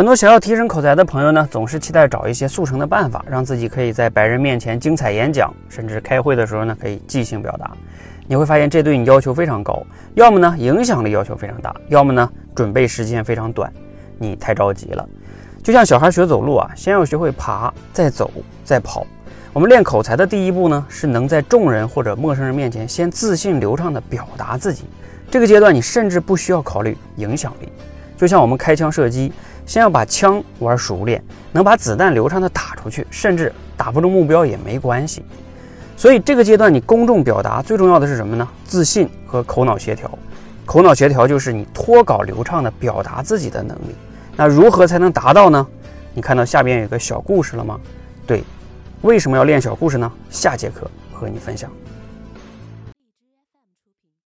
很多想要提升口才的朋友呢，总是期待找一些速成的办法，让自己可以在白人面前精彩演讲，甚至开会的时候呢，可以即兴表达。你会发现这对你要求非常高，要么呢影响力要求非常大，要么呢准备时间非常短，你太着急了。就像小孩学走路啊，先要学会爬，再走，再跑。我们练口才的第一步呢，是能在众人或者陌生人面前先自信流畅地表达自己。这个阶段你甚至不需要考虑影响力，就像我们开枪射击，先要把枪玩熟练，能把子弹流畅地打出去，甚至打不中目标也没关系。所以这个阶段你公众表达最重要的是什么呢？自信和口脑协调。口脑协调就是你脱稿流畅地表达自己的能力。那如何才能达到呢？你看到下边有个小故事了吗？对，为什么要练小故事呢？下节课和你分享。